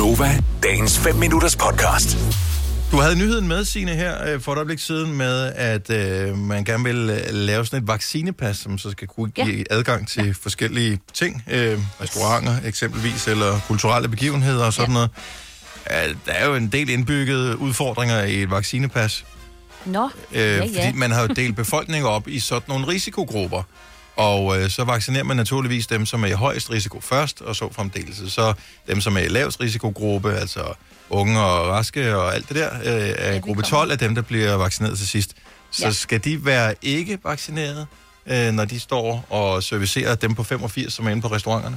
Gonova, dagens 5 minutters podcast. Du havde nyheden med, Signe, her for et øjeblik siden med, at man gerne vil lave sådan et vaccinepas, som så skal kunne give adgang til forskellige ting. Restauranter eksempelvis, eller kulturelle begivenheder og sådan noget. Der er jo en del indbyggede udfordringer i et vaccinepas. Fordi man har jo delt befolkningen op i sådan nogle risikogrupper. Og så vaccinerer man naturligvis dem, som er i højst risiko først, og så fremdeles. Så dem, som er i lavest risikogruppe, altså unge og raske og alt det der, er gruppe 12 af dem, der bliver vaccineret til sidst. Så skal de være ikke vaccineret, når de står og servicerer dem på 85, som er inde på restauranterne?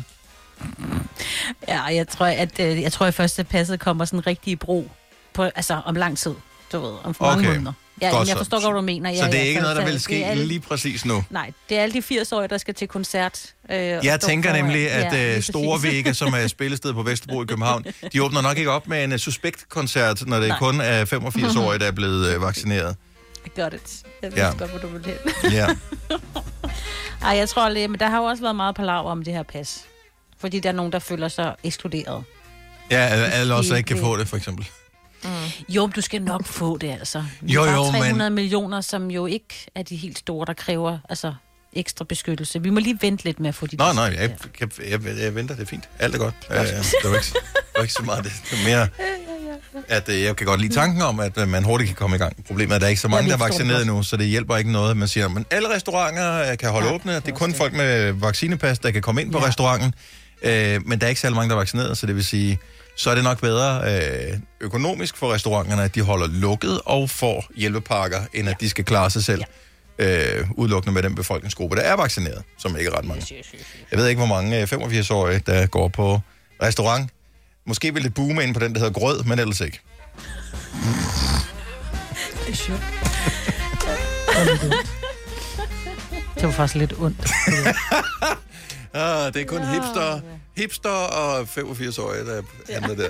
Ja, jeg tror at første passet kommer sådan rigtig i brug på, altså om lang tid, du ved, om mange måneder. Ja, godt, jeg forstår godt, hvad du mener. Så det er ikke noget, der vil ske lige præcis nu? Nej, det er alle de 80-årige, der skal til koncert. Jeg tænker nemlig, at Store Vega, som er spillested på Vesterbro i København, de åbner nok ikke op med en suspektkoncert, når det kun er 85-årige, der er blevet vaccineret. I got it. Jeg ved godt, hvor du vil hen. Ja. Ej, jeg tror lige, men der har jo også været meget palaver om det her pas. Fordi der er nogen, der føler sig ekskluderet. Ja, alle også ikke kan få det, for eksempel. Jo, du skal nok få det, altså. Jo, 300 millioner, som jo ikke er de helt store, der kræver altså ekstra beskyttelse. Vi må lige vente lidt med at få de... Nej, jeg venter, det er fint. Alt er godt. Det var ikke så meget det. Det er mere, at jeg kan godt lide tanken om, at man hurtigt kan komme i gang. Problemet er, at der er ikke så mange, der er vaccineret nu, så det hjælper ikke noget. Man siger, men alle restauranter kan holde åbne. Det er kun folk med vaccinepas, der kan komme ind på restauranten. Men der er ikke særlig mange, der er vaccineret, så det vil sige... så er det nok bedre økonomisk for restauranterne, at de holder lukket og får hjælpepakker, end at de skal klare sig selv udelukkende med den befolkningsgruppe, der er vaccineret, som ikke er ret mange. Jeg ved ikke, hvor mange 85-årige, der går på restaurant. Måske vil det boome ind på den, der hedder grød, men ellers ikke. Det er sjovt. Det var faktisk lidt ondt. Det er kun hipster og 85-årige, der handler der.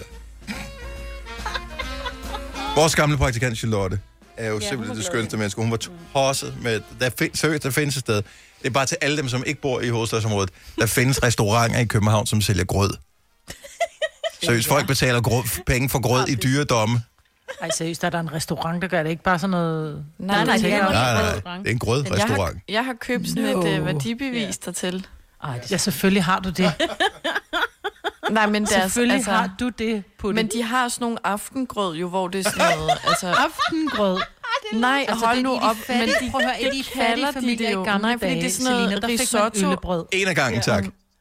Vores gamle praktikant Charlotte er jo simpelthen det skønste menneske. Hun var tosset med... Der findes et sted. Det er bare til alle dem, som ikke bor i hovedstadsområdet. Der findes restauranter i København, som sælger grød. Seriøst, folk betaler penge for grød i dyredomme. Ej, seriøst, der er en restaurant, der gør det ikke bare sådan noget... Nej, det er en grødrestaurant. Jeg har købt sådan et værdibevis dertil. Ja, selvfølgelig har du det. Nej, men selvfølgelig har du det på det. Men de har sådan nogle aftengrød jo, hvor det er sådan noget... Altså... Aftengrød? Nej, altså, hold nu op. Men de prøver at høre, de kalder de det jo. Nej, fordi det er sådan noget Selina, risotto. Øllebrød. En af gangen, tak.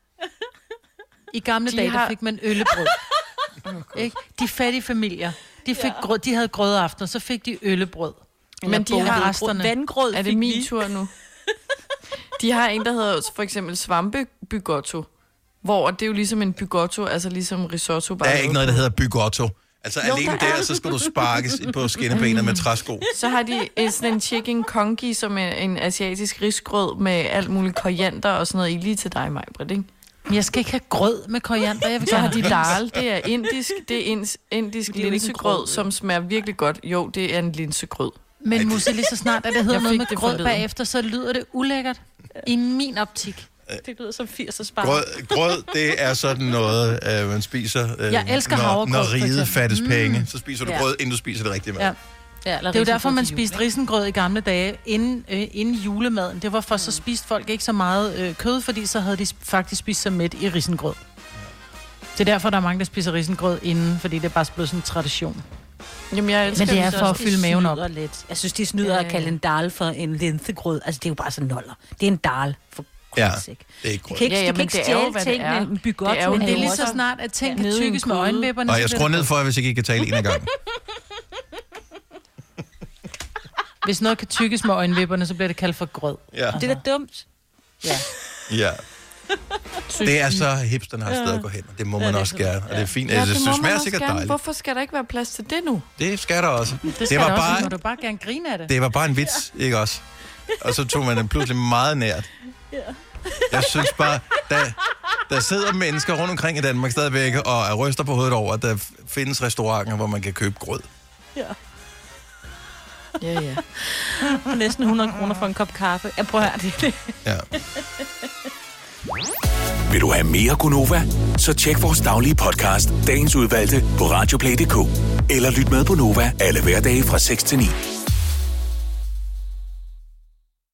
I gamle dage, der fik man øllebrød. Ikke? De fattige familier, de havde grødaften, så fik de øllebrød. Men de har resterne. Vandgrød. Er det min tur nu? De har en, der hedder for eksempel svampebygotto, hvor det er jo ligesom en bygotto, altså ligesom risotto. Der er ikke noget, der hedder bygotto. Altså jo, alene der, så skal du sparkes på skinnebenet med træsko. Så har de sådan en chicken congee, som er en asiatisk risgrød med alt muligt koriander og sådan noget i, lige til dig, Maj-Britt, ikke? Jeg skal ikke have grød med koriander. Så har de dal, det er indisk, indisk linsegrød, som smager virkelig godt. Jo, det er en linsegrød. Men Musse, lige så snart, at det hedder noget med grød bagefter, så lyder det ulækkert. I min optik. Det lyder som 80'ers barn. Grød, det er sådan noget, man spiser, jeg elsker havregrød, når riget fattes penge. Så spiser du grød, inden du spiser det rigtige mad. Ja. Ja, det er jo derfor, man spiste risengrød i gamle dage, inden julemaden. Det var for, så spiste folk ikke så meget kød, fordi så havde de faktisk spist sig mæt i risengrød. Det er derfor, der er mange, der spiser risengrød inden, fordi det er bare blevet sådan en tradition. Jamen, jeg elsker men det er for at fylde maven op. Lidt. Jeg synes, de snyder at kalde en dal for en linsegrød. Altså, det er jo bare sådan noller. Det er en dal for det er ikke grød. De kan ikke stjæle ting med bygotto. Men det er lige så snart, at ting kan tykkes med øjenvipperne. Og jeg skruer ned for, hvis jeg ikke kan tale en af gangen. Hvis noget kan tykkes med øjenvipperne, så bliver det kaldt for grød. Ja. Det er da dumt. Ja. Det er så hipsterne har sted at gå hen, og det må man også gerne. Og det er fint. Det smager sikkert dejligt. Hvorfor skal der ikke være plads til det nu? Det skal der også. Det var bare, må du bare gerne grine af det. Det var bare en vits, ikke også? Og så tog man den pludselig meget nært. Jeg synes bare, der sidder mennesker rundt omkring i Danmark stadigvæk og ryster på hovedet over, at der findes restauranter, hvor man kan købe grød. Ja. Ja. Og næsten 100 kroner for en kop kaffe. Jeg prøver at høre det. Ja. Vil du have mere Gunova? Så tjek vores daglige podcast, dagens udvalgte, på radioplay.dk. Eller lyt med på Nova alle hverdage fra 6 til 9.